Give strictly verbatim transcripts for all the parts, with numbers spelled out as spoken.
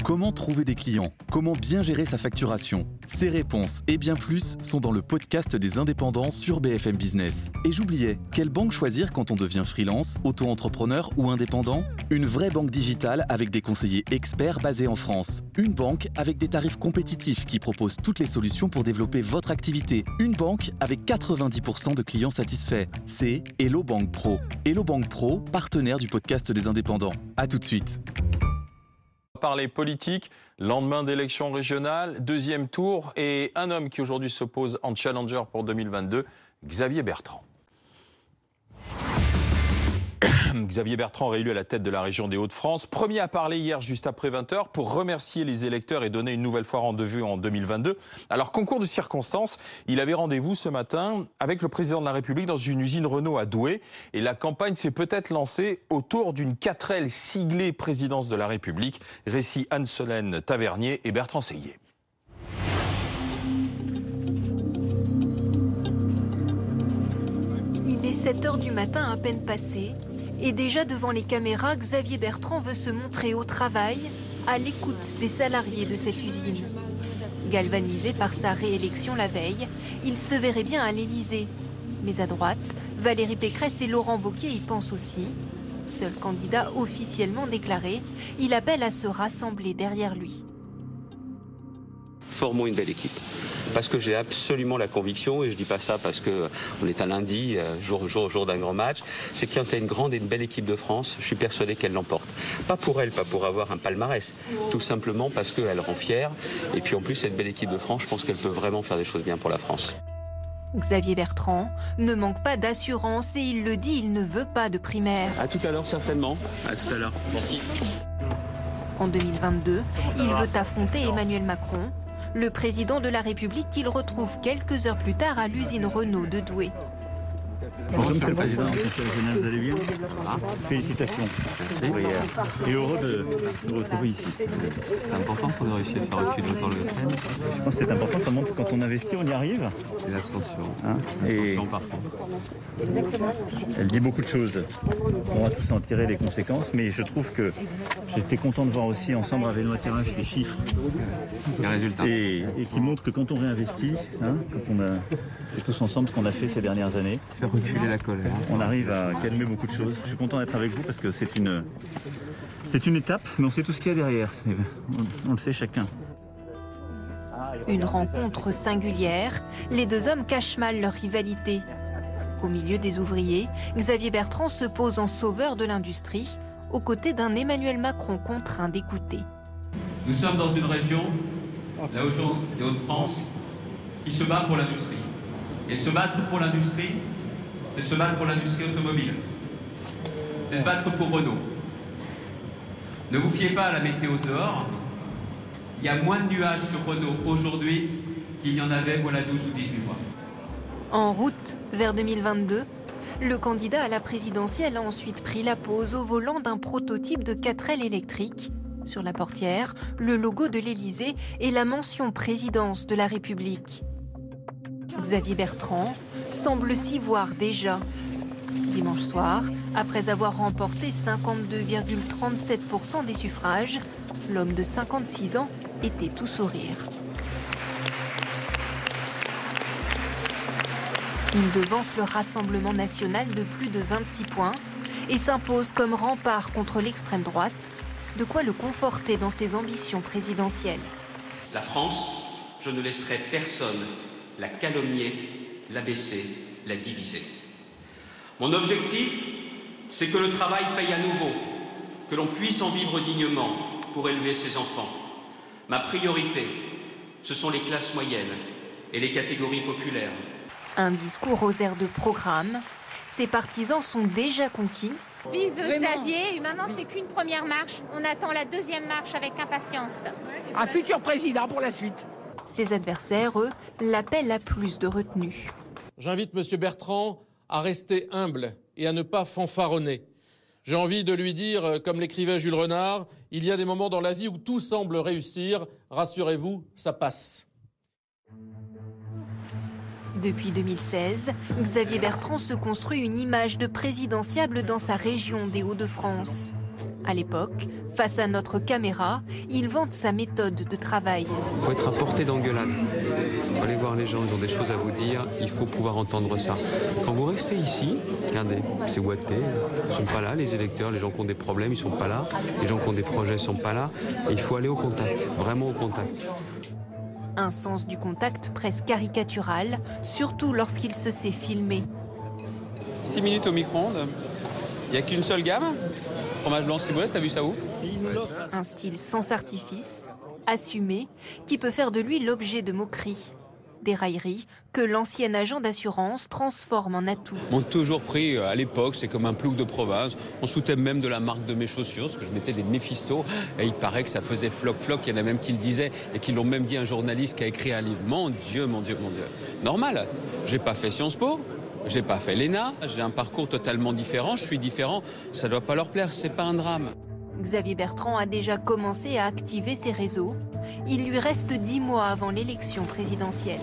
Comment trouver des clients? Comment bien gérer sa facturation? Ces réponses et bien plus sont dans le podcast des indépendants sur B F M Business. Et j'oubliais, quelle banque choisir quand on devient freelance, auto-entrepreneur ou indépendant? Une vraie banque digitale avec des conseillers experts basés en France. Une banque avec des tarifs compétitifs qui propose toutes les solutions pour développer votre activité. Une banque avec quatre-vingt-dix pour cent de clients satisfaits. C'est Hello Bank Pro. Hello Bank Pro, partenaire du podcast des indépendants. À tout de suite. Parler politique, lendemain d'élections régionales, deuxième tour, et un homme qui aujourd'hui s'oppose en challenger pour deux mille vingt-deux, Xavier Bertrand. Xavier Bertrand, réélu à la tête de la région des Hauts-de-France, premier à parler hier juste après vingt heures pour remercier les électeurs et donner une nouvelle fois rendez-vous en deux mille vingt-deux. Alors, concours de circonstances, il avait rendez-vous ce matin avec le président de la République dans une usine Renault à Douai. Et la campagne s'est peut-être lancée autour d'une quatre L siglée présidence de la République. Récit Anne-Solène Tavernier et Bertrand Seillier. Il est sept heures du matin à peine passé. Et déjà devant les caméras, Xavier Bertrand veut se montrer au travail, à l'écoute des salariés de cette usine. Galvanisé par sa réélection la veille, il se verrait bien à l'Élysée. Mais à droite, Valérie Pécresse et Laurent Wauquiez y pensent aussi. Seul candidat officiellement déclaré, il appelle à se rassembler derrière lui. Formons une belle équipe. Parce que j'ai absolument la conviction, et je ne dis pas ça parce qu'on est un lundi, jour, jour, jour d'un grand match, c'est qu'il y a une grande et une belle équipe de France, je suis persuadé qu'elle l'emporte. Pas pour elle, pas pour avoir un palmarès, tout simplement parce qu'elle rend fière. Et puis en plus, cette belle équipe de France, je pense qu'elle peut vraiment faire des choses bien pour la France. Xavier Bertrand ne manque pas d'assurance et il le dit, il ne veut pas de primaire. À tout à l'heure certainement. À tout à l'heure. Merci. En deux mille vingt-deux, il veut affronter Emmanuel Macron, le président de la République qu'il retrouve quelques heures plus tard à l'usine Renault de Douai. Bonjour Monsieur le Président, Conseil régional, vous allez bien? Ah, félicitations. Et heureux de vous retrouver ici. C'est important pour réussir à faire reculer autant le F M. Je pense que c'est important, ça montre que quand on investit, on y arrive. C'est l'abstention. Hein? Et parfois. Elle dit beaucoup de choses. On va tous en tirer les conséquences, mais je trouve que j'étais content de voir aussi ensemble avec nos tirages les chiffres. Les résultats. Et, et qui montrent que quand on réinvestit, hein, quand on a fait tous ensemble ce qu'on a fait ces dernières années, faire reculer la colère. On arrive à calmer beaucoup de choses. Je suis content d'être avec vous parce que c'est une, c'est une étape, mais on sait tout ce qu'il y a derrière. On, on le sait chacun. Une rencontre singulière. Les deux hommes cachent mal leur rivalité. Au milieu des ouvriers, Xavier Bertrand se pose en sauveur de l'industrie, aux côtés d'un Emmanuel Macron contraint d'écouter. Nous sommes dans une région, la région des Hauts-de-France, qui se bat pour l'industrie. Et se battre pour l'industrie, c'est se battre pour l'industrie automobile. C'est se battre pour Renault. Ne vous fiez pas à la météo dehors. Il y a moins de nuages sur Renault aujourd'hui qu'il y en avait voilà douze ou dix-huit mois. En route vers deux mille vingt-deux, le candidat à la présidentielle a ensuite pris la pose au volant d'un prototype de quatre L électrique. Sur la portière, le logo de l'Élysée et la mention présidence de la République. Xavier Bertrand semble s'y voir déjà. Dimanche soir, après avoir remporté cinquante-deux virgule trente-sept pour cent des suffrages, l'homme de cinquante-six ans était tout sourire. Il devance le Rassemblement national de plus de vingt-six points et s'impose comme rempart contre l'extrême droite, de quoi le conforter dans ses ambitions présidentielles. La France, je ne laisserai personne la calomnier, l'abaisser, la diviser. Mon objectif, c'est que le travail paye à nouveau, que l'on puisse en vivre dignement pour élever ses enfants. Ma priorité, ce sont les classes moyennes et les catégories populaires. Un discours aux airs de programme. Ses partisans sont déjà conquis. Vive Xavier, et maintenant c'est qu'une première marche. On attend la deuxième marche avec impatience. Un futur président pour la suite. Ses adversaires, eux, l'appellent à plus de retenue. J'invite M. Bertrand à rester humble et à ne pas fanfaronner. J'ai envie de lui dire, comme l'écrivait Jules Renard, il y a des moments dans la vie où tout semble réussir. Rassurez-vous, ça passe. Depuis deux mille seize, Xavier Bertrand se construit une image de présidentiable dans sa région des Hauts-de-France. À l'époque, face à notre caméra, il vante sa méthode de travail. Il faut être à portée d'engueulade. Il faut aller voir les gens, ils ont des choses à vous dire, il faut pouvoir entendre ça. Quand vous restez ici, regardez, c'est ouaté, ils ne sont pas là, les électeurs, les gens qui ont des problèmes, ils ne sont pas là, les gens qui ont des projets ne sont pas là, et il faut aller au contact, vraiment au contact. Un sens du contact presque caricatural, surtout lorsqu'il se sait filmer. six minutes au micro-ondes, il n'y a qu'une seule gamme. Fromage blanc, ciboulette, t'as vu ça où? Un style sans artifice, assumé, qui peut faire de lui l'objet de moqueries. Des railleries que l'ancien agent d'assurance transforme en atout. Ils m'ont toujours pris, à l'époque, c'est comme un plouc de province. On se foutait même de la marque de mes chaussures, parce que je mettais des Méphisto. Et il paraît que ça faisait floc-floc. Il y en a même qui le disaient, et qui l'ont même dit à un journaliste qui a écrit un livre. Mon Dieu, mon Dieu, mon Dieu. Normal, j'ai pas fait Sciences Po. J'ai pas fait l'E N A, j'ai un parcours totalement différent, je suis différent, ça doit pas leur plaire, c'est pas un drame. Xavier Bertrand a déjà commencé à activer ses réseaux. Il lui reste dix mois avant l'élection présidentielle.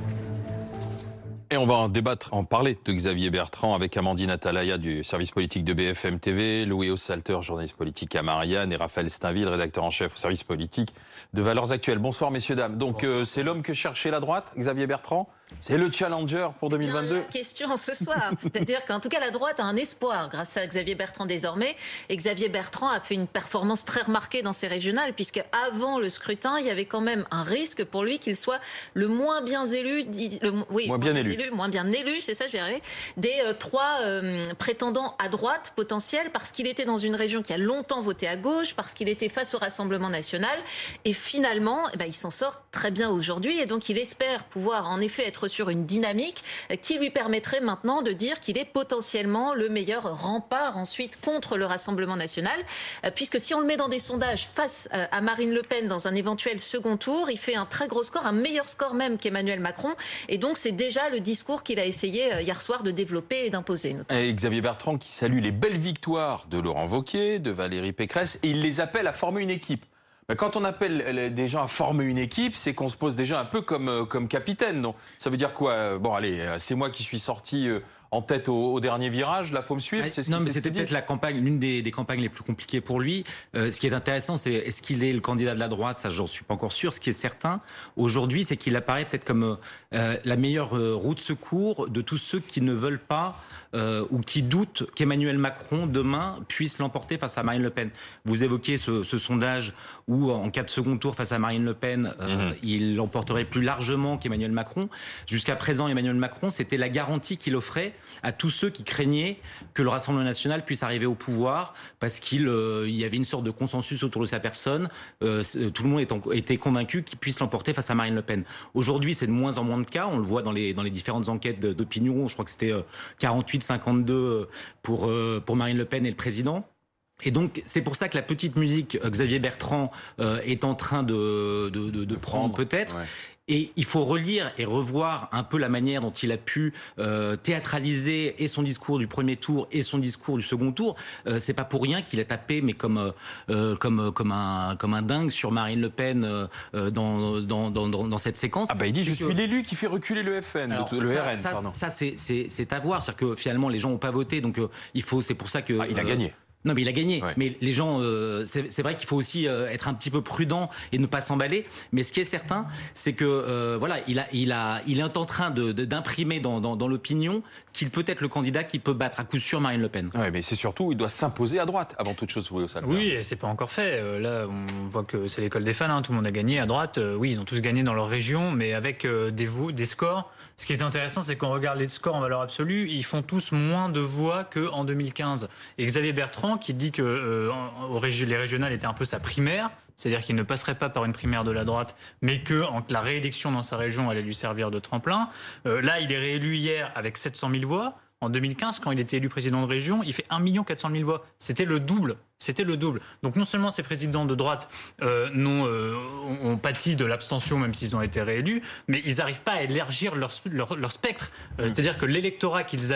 Et on va en débattre, en parler de Xavier Bertrand avec Amandine Atalaya du service politique de B F M T V, Louis Ossalter, journaliste politique à Marianne, et Raphaël Steinville, rédacteur en chef au service politique de Valeurs Actuelles. Bonsoir messieurs, dames. Donc euh, c'est l'homme que cherchait la droite, Xavier Bertrand? C'est le challenger pour deux mille vingt-deux. La question ce soir, c'est-à-dire qu'en tout cas la droite a un espoir grâce à Xavier Bertrand désormais. Et Xavier Bertrand a fait une performance très remarquée dans ces régionales, puisque avant le scrutin, il y avait quand même un risque pour lui qu'il soit le moins bien élu, le, oui, moins bien élu, élu moins bien élu, c'est ça, je vais y arriver, des euh, trois euh, prétendants à droite potentiels, parce qu'il était dans une région qui a longtemps voté à gauche, parce qu'il était face au Rassemblement national, et finalement, eh ben, il s'en sort très bien aujourd'hui, et donc il espère pouvoir en effet être sur une dynamique qui lui permettrait maintenant de dire qu'il est potentiellement le meilleur rempart ensuite contre le Rassemblement national, puisque si on le met dans des sondages face à Marine Le Pen dans un éventuel second tour, il fait un très gros score, un meilleur score même qu'Emmanuel Macron, et donc c'est déjà le discours qu'il a essayé hier soir de développer et d'imposer. Et Xavier Bertrand qui salue les belles victoires de Laurent Wauquiez, de Valérie Pécresse, et il les appelle à former une équipe. Quand on appelle des gens à former une équipe, c'est qu'on se pose déjà un peu comme, comme capitaine. Donc, ça veut dire quoi? Bon, allez, c'est moi qui suis sorti en tête au, au dernier virage, là, faut me suivre. C'est, non, mais c'était peut-être la campagne, l'une des, des campagnes les plus compliquées pour lui. Euh, ce qui est intéressant, c'est est-ce qu'il est le candidat de la droite? Ça, j'en suis pas encore sûr. Ce qui est certain aujourd'hui, c'est qu'il apparaît peut-être comme euh, la meilleure euh, roue de secours de tous ceux qui ne veulent pas euh, ou qui doutent qu'Emmanuel Macron demain puisse l'emporter face à Marine Le Pen. Vous évoquiez ce, ce sondage où en cas de second tour face à Marine Le Pen, euh, mmh. il l'emporterait plus largement qu'Emmanuel Macron. Jusqu'à présent, Emmanuel Macron, c'était la garantie qu'il offrait à tous ceux qui craignaient que le Rassemblement national puisse arriver au pouvoir parce qu'il euh, y avait une sorte de consensus autour de sa personne. Euh, tout le monde était, était convaincu qu'il puisse l'emporter face à Marine Le Pen. Aujourd'hui, c'est de moins en moins de cas. On le voit dans les, dans les différentes enquêtes d'opinion. Je crois que c'était euh, quarante-huit cinquante-deux pour, euh, pour Marine Le Pen et le président. Et donc, c'est pour ça que la petite musique, Xavier Bertrand euh, est en train de, de, de, de prendre, peut-être. Ouais. Et il faut relire et revoir un peu la manière dont il a pu euh, théâtraliser et son discours du premier tour et son discours du second tour. Euh, c'est pas pour rien qu'il a tapé, mais comme euh, comme comme un comme un dingue sur Marine Le Pen euh, dans, dans dans dans cette séquence. Ah bah il dit je que... suis l'élu qui fait reculer le F N, Alors, le ça, R N. Ça, pardon. ça c'est c'est c'est à voir, c'est-à-dire que finalement les gens n'ont pas voté, donc euh, il faut c'est pour ça que ah, il a euh, gagné. Non, mais il a gagné. Ouais. Mais les gens, euh, c'est, c'est vrai qu'il faut aussi euh, être un petit peu prudent et ne pas s'emballer. Mais ce qui est certain, c'est que euh, voilà, il a, il a, il est en train de, de, d'imprimer dans, dans, dans l'opinion qu'il peut être le candidat qui peut battre à coup sûr Marine Le Pen. Oui, mais c'est surtout, il doit s'imposer à droite avant toute chose. Oui, oui, et c'est pas encore fait. Euh, là, on voit que c'est l'école des fans. Hein, tout le monde a gagné à droite. Euh, oui, ils ont tous gagné dans leur région, mais avec euh, des, vo- des scores. Ce qui est intéressant, c'est qu'on regarde les scores en valeur absolue, ils font tous moins de voix qu'en deux mille quinze. Et Xavier Bertrand, qui dit que euh, au régi- les régionales étaient un peu sa primaire, c'est-à-dire qu'il ne passerait pas par une primaire de la droite, mais que en, la réélection dans sa région allait lui servir de tremplin. Euh, là, il est réélu hier avec sept cent mille voix. En deux mille quinze, quand il était élu président de région, il fait un million quatre cent mille voix. C'était le double. C'était le double. Donc non seulement ces présidents de droite euh, non, euh, ont pâti de l'abstention, même s'ils ont été réélus, mais ils n'arrivent pas à élargir leur, leur, leur spectre. Euh, mmh. C'est-à-dire que l'électorat qu'ils avaient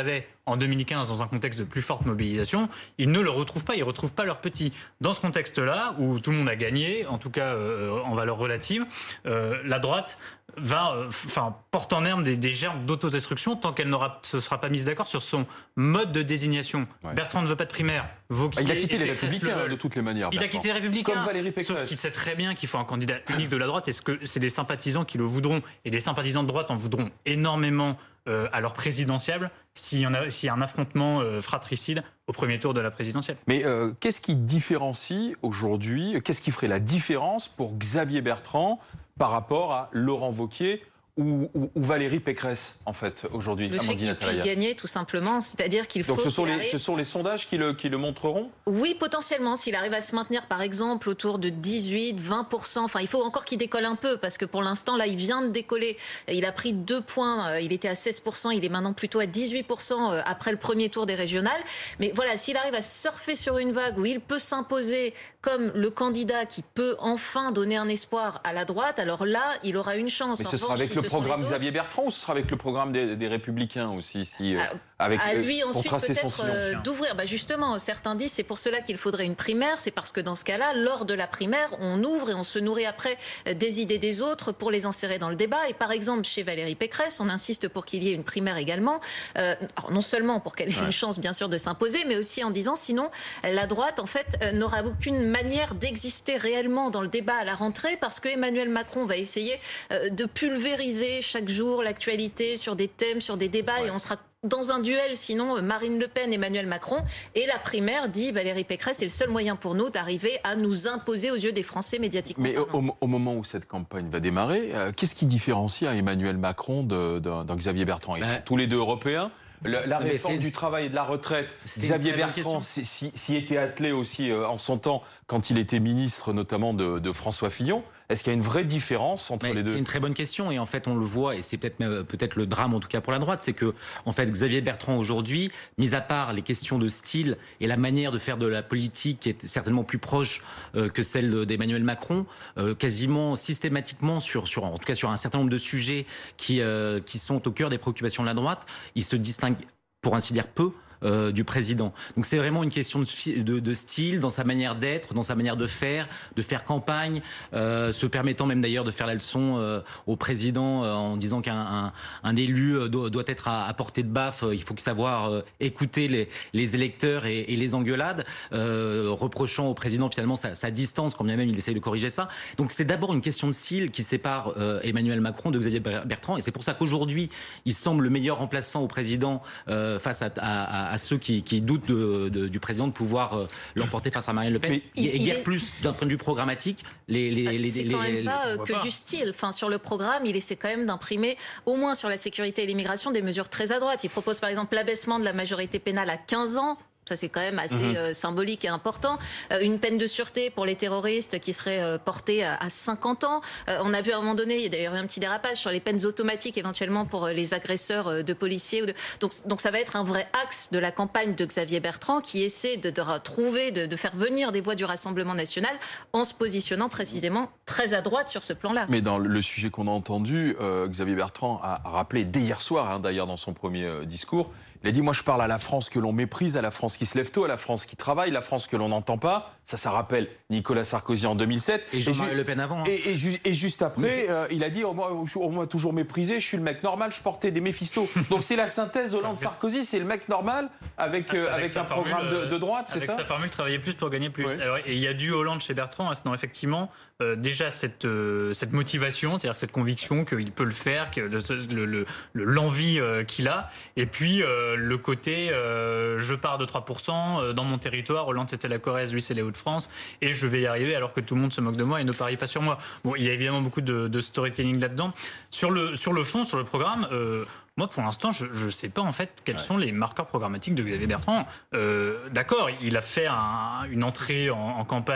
en deux mille quinze dans un contexte de plus forte mobilisation, ils ne le retrouvent pas, ils ne retrouvent pas leur petit. Dans ce contexte-là, où tout le monde a gagné, en tout cas euh, en valeur relative, euh, la droite va, euh, enfin, porte en herbe des, des germes d'autodestruction tant qu'elle ne se sera pas mise d'accord sur son mode de désignation. Ouais. Bertrand ne veut pas de primaire. Vauquier, il a quitté les Républicains de toutes les manières. Il Bertrand. a quitté les Républicains. Comme Valérie Pécresse. Sauf qu'il sait très bien qu'il faut un candidat unique de la droite. Est-ce que c'est des sympathisants qui le voudront et des sympathisants de droite en voudront énormément euh, à leur présidentiable s'il y, en a, s'il y a un affrontement euh, fratricide au premier tour de la présidentielle. Mais euh, qu'est-ce qui différencie aujourd'hui, qu'est-ce qui ferait la différence pour Xavier Bertrand par rapport à Laurent Wauquiez ou, ou, ou Valérie Pécresse, en fait, aujourd'hui? Le fait qu'il puisse gagner, tout simplement, c'est-à-dire qu'il faut... Donc ce sont, les, arrive... ce sont les sondages qui le, qui le montreront? Oui, potentiellement, s'il arrive à se maintenir, par exemple, autour de dix-huit, vingt pour cent, enfin, il faut encore qu'il décolle un peu, parce que pour l'instant, là, il vient de décoller. Il a pris deux points, il était à seize pour cent, il est maintenant plutôt à dix-huit pour cent après le premier tour des régionales. Mais voilà, s'il arrive à surfer sur une vague où il peut s'imposer comme le candidat qui peut enfin donner un espoir à la droite, alors là, il aura une chance. Mais en ce sera revanche, avec si le programme Xavier Bertrand ou ce sera avec le programme des, des Républicains aussi si, euh, avec, à lui euh, ensuite peut-être euh, d'ouvrir. Bah justement, certains disent c'est pour cela qu'il faudrait une primaire, c'est parce que dans ce cas-là, lors de la primaire, on ouvre et on se nourrit après des idées des autres pour les insérer dans le débat. Et par exemple, chez Valérie Pécresse, on insiste pour qu'il y ait une primaire également, euh, alors non seulement pour qu'elle ait ouais. une chance bien sûr de s'imposer, mais aussi en disant sinon la droite en fait euh, n'aura aucune manière d'exister réellement dans le débat à la rentrée parce que Emmanuel Macron va essayer euh, de pulvériser chaque jour l'actualité sur des thèmes, sur des débats ouais. et on sera dans un duel, sinon Marine Le Pen, Emmanuel Macron. Et la primaire, dit Valérie Pécresse, c'est le seul moyen pour nous d'arriver à nous imposer aux yeux des Français médiatiquement. Mais au, au moment où cette campagne va démarrer, euh, qu'est-ce qui différencie Emmanuel Macron de, de, de Xavier Bertrand? Ils bah, sont tous les deux européens. La, la réforme du travail et de la retraite, Xavier Bertrand s'y, s'y était attelé aussi euh, en son temps quand il était ministre notamment de, de François Fillon. Est-ce qu'il y a une vraie différence entre Mais les deux? C'est une très bonne question et en fait on le voit et c'est peut-être peut-être le drame en tout cas pour la droite, c'est que en fait Xavier Bertrand aujourd'hui, mis à part les questions de style et la manière de faire de la politique qui est certainement plus proche euh, que celle d'Emmanuel Macron, euh, quasiment systématiquement sur sur en tout cas sur un certain nombre de sujets qui euh, qui sont au cœur des préoccupations de la droite, il se distingue pour ainsi dire peu Euh, du président. Donc c'est vraiment une question de, de, de style, dans sa manière d'être, dans sa manière de faire, de faire campagne, euh, se permettant même d'ailleurs de faire la leçon euh, au président euh, en disant qu'un un, un élu doit, doit être à, à portée de baffe, il faut savoir euh, écouter les, les électeurs et, et les engueulades, euh, reprochant au président finalement sa, sa distance quand bien même il essaye de corriger ça. Donc c'est d'abord une question de style qui sépare euh, Emmanuel Macron de Xavier Bertrand et c'est pour ça qu'aujourd'hui il semble le meilleur remplaçant au président euh, face à, à, à à ceux qui, qui doutent de, de, du président de pouvoir euh, l'emporter face à Marine Le Pen. Mais il, et guère est... plus d'un point de vue programmatique. Les, les, les, c'est les, quand les, même pas les... euh, que pas. du style. Enfin, sur le programme, il essaie quand même d'imprimer, au moins sur la sécurité et l'immigration, des mesures très à droite. Il propose par exemple l'abaissement de la majorité pénale à quinze ans. Ça, c'est quand même assez mmh. euh, symbolique et important. Euh, une peine de sûreté pour les terroristes qui serait euh, portée à, à cinquante ans. Euh, on a vu à un moment donné, il y a d'ailleurs eu un petit dérapage sur les peines automatiques éventuellement pour euh, les agresseurs euh, de policiers. Ou de... Donc, donc ça va être un vrai axe de la campagne de Xavier Bertrand qui essaie de, de trouver, de, de faire venir des voix du Rassemblement national en se positionnant précisément très à droite sur ce plan-là. Mais dans le sujet qu'on a entendu, euh, Xavier Bertrand a rappelé dès hier soir, hein, d'ailleurs dans son premier euh, discours, il a dit, moi je parle à la France que l'on méprise, à la France qui se lève tôt, à la France qui travaille, la France que l'on n'entend pas. Ça, ça rappelle Nicolas Sarkozy en deux mille sept. Et Jean-Marie Le Pen avant. Hein. Et, et, ju et juste après, oui. euh, il a dit, on oh, m'a toujours méprisé, je suis le mec normal, je portais des Méphistos. Donc c'est la synthèse Hollande-Sarkozy, c'est le mec normal avec, euh, avec, avec un formule, programme de, de droite, c'est ça? Avec sa formule, travailler plus pour gagner plus. Oui. Alors, et il y a du Hollande chez Bertrand, non, effectivement. Euh, déjà cette, euh, cette motivation, c'est-à-dire cette conviction qu'il peut le faire, que le, le, l'envie euh, qu'il a, et puis euh, le côté euh, je pars de trois pour cent euh, dans mon territoire, Hollande c'était la Corrèze, lui c'est les Hauts-de-France, et je vais y arriver alors que tout le monde se moque de moi et ne parie pas sur moi. Bon, il y a évidemment beaucoup de, de storytelling là-dedans. Sur le, sur le fond, sur le programme, euh, moi, pour l'instant, je ne sais pas en fait quels ouais. sont les marqueurs programmatiques de Xavier Bertrand. Euh, D'accord, il a fait un, une entrée en, en campagne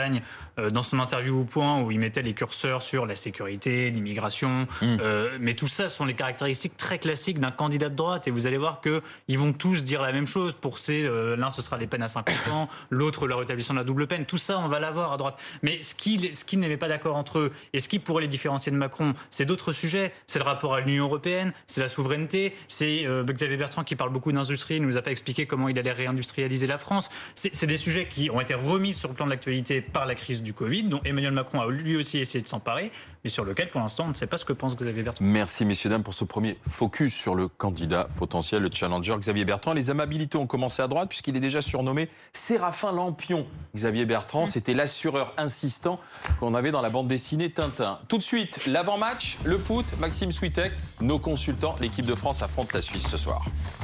euh, dans son interview au Point où il mettait les curseurs sur la sécurité, l'immigration. Mmh. Euh, mais tout ça sont les caractéristiques très classiques d'un candidat de droite. Et vous allez voir qu'ils vont tous dire la même chose. Pour ces, euh, l'un, ce sera les peines à cinquante ans, l'autre, le rétablissement de la double peine. Tout ça, on va l'avoir à droite. Mais ce qui, ce qui n'aimait pas d'accord entre eux et ce qui pourrait les différencier de Macron, c'est d'autres sujets. C'est le rapport à l'Union européenne, c'est la souveraineté, c'est euh, Xavier Bertrand qui parle beaucoup d'industrie, il ne nous a pas expliqué comment il allait réindustrialiser la France. C'est, c'est des sujets qui ont été remis sur le plan de l'actualité par la crise du Covid, dont Emmanuel Macron a lui aussi essayé de s'emparer, mais sur lequel, pour l'instant, on ne sait pas ce que pense Xavier Bertrand. Merci, messieurs, dames, pour ce premier focus sur le candidat potentiel, le challenger Xavier Bertrand. Les amabilités ont commencé à droite, puisqu'il est déjà surnommé Séraphin Lampion. Xavier Bertrand, c'était l'assureur insistant qu'on avait dans la bande dessinée Tintin. Tout de suite, l'avant-match, le foot, Maxime Switek, nos consultants, l'équipe de France affronte la Suisse ce soir.